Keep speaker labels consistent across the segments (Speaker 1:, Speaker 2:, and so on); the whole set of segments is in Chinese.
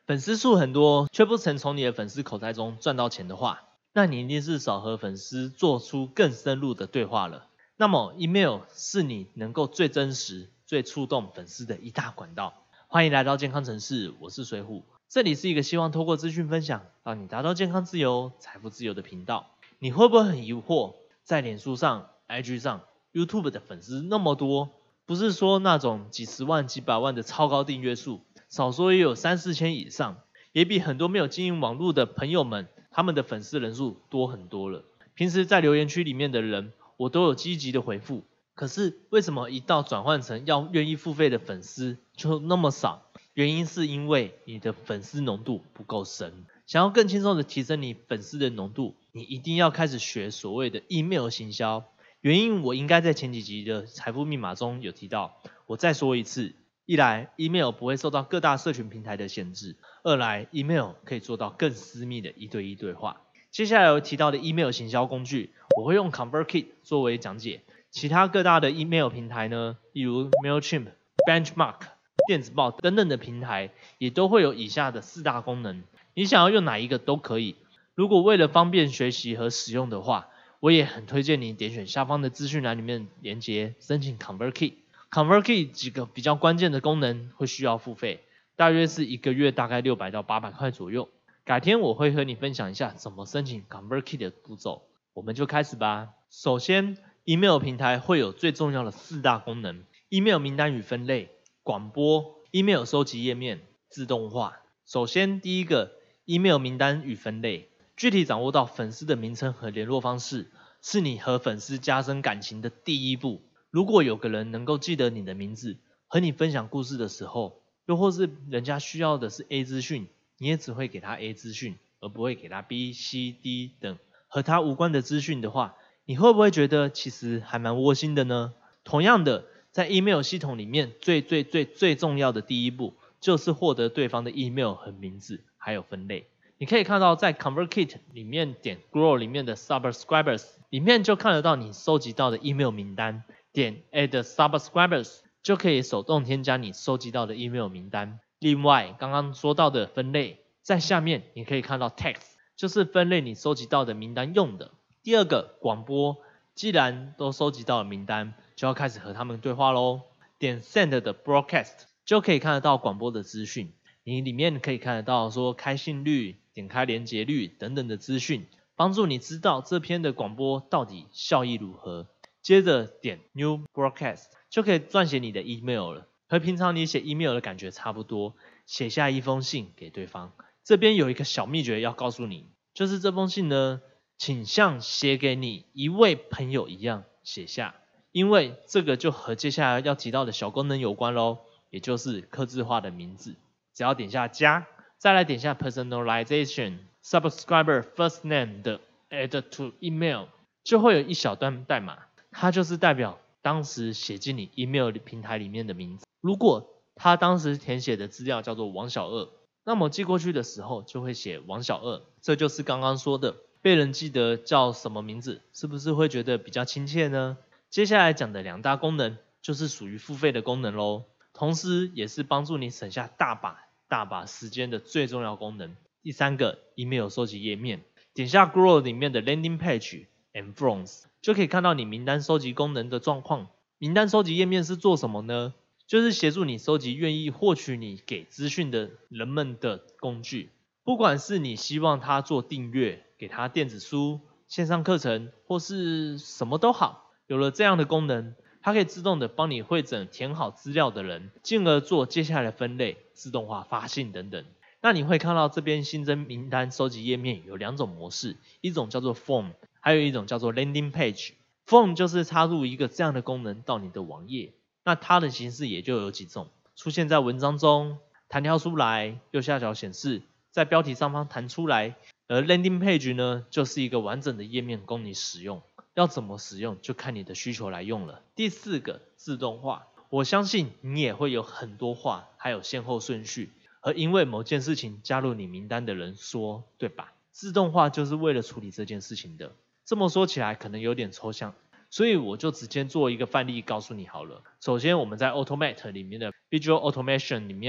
Speaker 1: 粉丝数很多，却不曾从你的粉丝口袋中赚到钱的话，那你一定是少和粉丝做出更深入的对话了。那么 email 是你能够最真实、最触动粉丝的一大管道。欢迎来到健康城市，我是水虎，这里是一个希望透过资讯分享，让你达到健康自由、财富自由的频道。你会不会很疑惑，在脸书上、IG 上、YouTube 的粉丝那么多，不是说那种几十万、几百万的超高订阅数，少说也有3、4千以上，也比很多没有经营网络的朋友们，他们的粉丝人数多很多了。平时在留言区里面的人，我都有积极的回复，可是为什么一到转换成要愿意付费的粉丝就那么少？原因是因为你的粉丝浓度不够深。想要更轻松的提升你粉丝的浓度，你一定要开始学所谓的 email 行销。原因我应该在前几集的财富密码中有提到，我再说一次。一来 email 不会受到各大社群平台的限制，二来 email 可以做到更私密的一对一对话。接下来有提到的 email 行销工具，我会用 ConvertKit 作为讲解。其他各大的 email 平台呢，例如 Mailchimp、Benchmark、电子报等等的平台，也都会有以下的4大功能。你想要用哪一个都可以。如果为了方便学习和使用的话，我也很推荐你点选下方的资讯栏里面连结申请 ConvertKit。ConvertKit 几个比较关键的功能会需要付费，大约是1个月大概600到800块左右。改天我会和你分享一下怎么申请 ConvertKit 的步骤，我们就开始吧。首先 email 平台会有最重要的4大功能： email 名单与分类、广播、email 收集页面、自动化。首先第一个 email 名单与分类，具体掌握到粉丝的名称和联络方式，是你和粉丝加深感情的第一步。如果有个人能够记得你的名字，和你分享故事的时候，又或是人家需要的是 A 资讯，你也只会给他 A 资讯，而不会给他 B、C、D 等和他无关的资讯的话，你会不会觉得其实还蛮窝心的呢？同样的，在 email 系统里面最重要的第一步，就是获得对方的 email 和名字，还有分类。你可以看到在 ConvertKit 里面点 Grow 里面的 Subscribers 里面就看得到你收集到的 email 名单，点 Add Subscribers 就可以手动添加你收集到的 email 名单。另外刚刚说到的分类，在下面你可以看到 Text 就是分类你收集到的名单用的。第二个广播，既然都收集到了名单，就要开始和他们对话咯。点 Send 的 Broadcast 就可以看得到广播的资讯，你里面可以看得到说开信率、点开连结率等等的资讯，帮助你知道这篇的广播到底效益如何。接着点 New Broadcast 就可以撰写你的 email 了，和平常你写 email 的感觉差不多，写下一封信给对方。这边有一个小秘诀要告诉你，就是这封信呢，请像写给你一位朋友一样写下，因为这个就和接下来要提到的小功能有关咯，也就是客制化的名字。只要点下加，再来点下 Personalization Subscriber First Name 的 Add to Email， 就会有一小段代码，它就是代表当时写进你 email 平台里面的名字。如果他当时填写的资料叫做王小二，那么寄过去的时候就会写王小二。这就是刚刚说的被人记得叫什么名字，是不是会觉得比较亲切呢？接下来讲的2大功能就是属于付费的功能咯，同时也是帮助你省下大把时间的最重要功能。第3个 email 收集页面，点下 Grow 里面的 Landing Page and Forms 就可以看到你名单收集功能的状况。名单收集页面是做什么呢？就是协助你收集愿意获取你给资讯的人们的工具，不管是你希望他做订阅，给他电子书、线上课程或是什么都好，有了这样的功能，它可以自动的帮你汇整填好资料的人，进而做接下来的分类、自动化发信等等。那你会看到这边新增名单收集页面有2种模式，一种叫做 Form， 还有一种叫做 Landing Page。Form 就是插入一个这样的功能到你的网页，那它的形式也就有几种，出现在文章中，弹跳出来，右下角显示，在标题上方弹出来。而 Landing Page 呢，就是一个完整的页面供你使用，要怎么使用就看你的需求来用了。第4个自动化，我相信你也会有很多话，还有先后顺序，和因为某件事情加入你名单的人说，对吧？自动化就是为了处理这件事情的。这么说起来可能有点抽象，所以我就直接做一个范例告诉你好了。首先我们在 Automate 里面的 Visual Automation 里面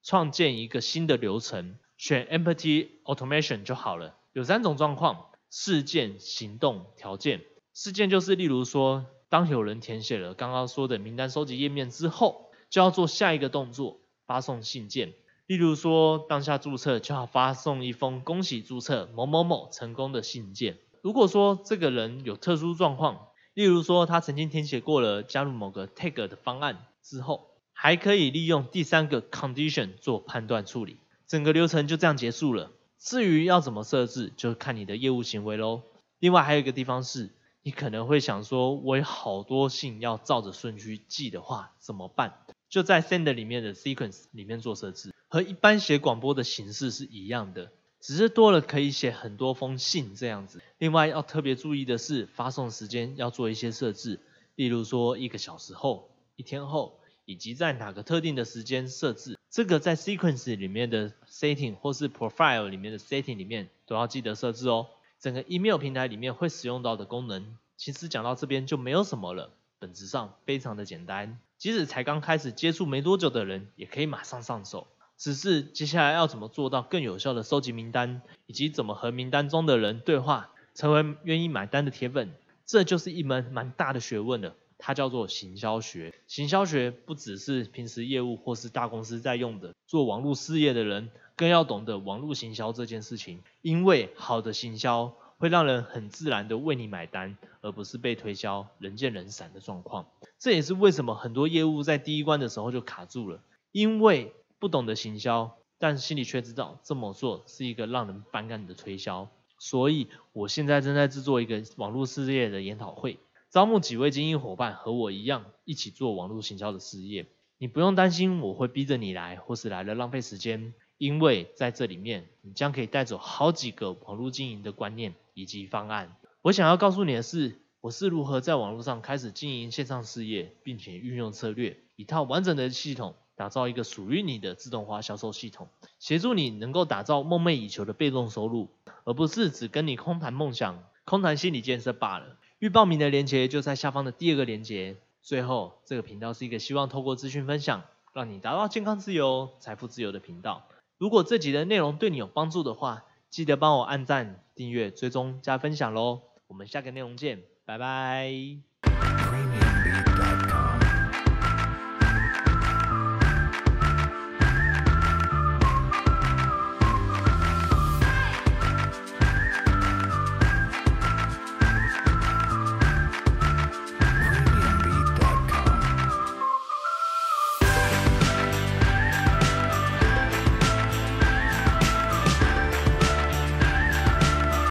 Speaker 1: 创建一个新的流程，选 Empty Automation 就好了。有3种状况：事件、行动、条件。事件就是例如说，当有人填写了刚刚说的名单收集页面之后，就要做下一个动作，发送信件。例如说，当下注册就要发送一封恭喜注册某某某成功的信件。如果说这个人有特殊状况，例如说他曾经填写过了加入某个 tag 的方案之后，还可以利用第3个 condition 做判断处理，整个流程就这样结束了。至于要怎么设置，就看你的业务行为咯。另外还有一个地方是，你可能会想说，我有好多信要照着顺序记的话怎么办？就在 Sender 里面的 Sequence 里面做设置，和一般写广播的形式是一样的，只是多了可以写很多封信这样子。另外要特别注意的是，发送时间要做一些设置，例如说1个小时后、1天后，以及在哪个特定的时间设置。这个在 Sequence 里面的 Setting 或是 Profile 里面的 Setting 里面都要记得设置哦。整个 Email 平台里面会使用到的功能，其实讲到这边就没有什么了，本质上非常的简单，即使才刚开始接触没多久的人也可以马上上手。只是接下来要怎么做到更有效的收集名单，以及怎么和名单中的人对话，成为愿意买单的铁粉，这就是一门蛮大的学问了。它叫做行销学。行销学不只是平时业务或是大公司在用的，做网络事业的人更要懂得网络行销这件事情，因为好的行销会让人很自然的为你买单，而不是被推销人见人散的状况。这也是为什么很多业务在第一关的时候就卡住了，因为不懂得行销，但心里却知道这么做是一个让人反感的推销。所以我现在正在制作一个网络事业的研讨会，招募几位精英伙伴和我一样一起做网络行销的事业。你不用担心我会逼着你来，或是来了浪费时间，因为在这里面你将可以带走好几个网络经营的观念以及方案。我想要告诉你的是，我是如何在网络上开始经营线上事业，并且运用策略，一套完整的系统，打造一个属于你的自动化销售系统，协助你能够打造梦寐以求的被动收入，而不是只跟你空谈梦想、空谈心理建设罢了。预报名的连结就在下方的第2个连结。最后，这个频道是一个希望透过资讯分享，让你达到健康自由、财富自由的频道。如果这集的内容对你有帮助的话，记得帮我按赞、订阅、追踪、加分享咯。我们下个内容见，拜拜。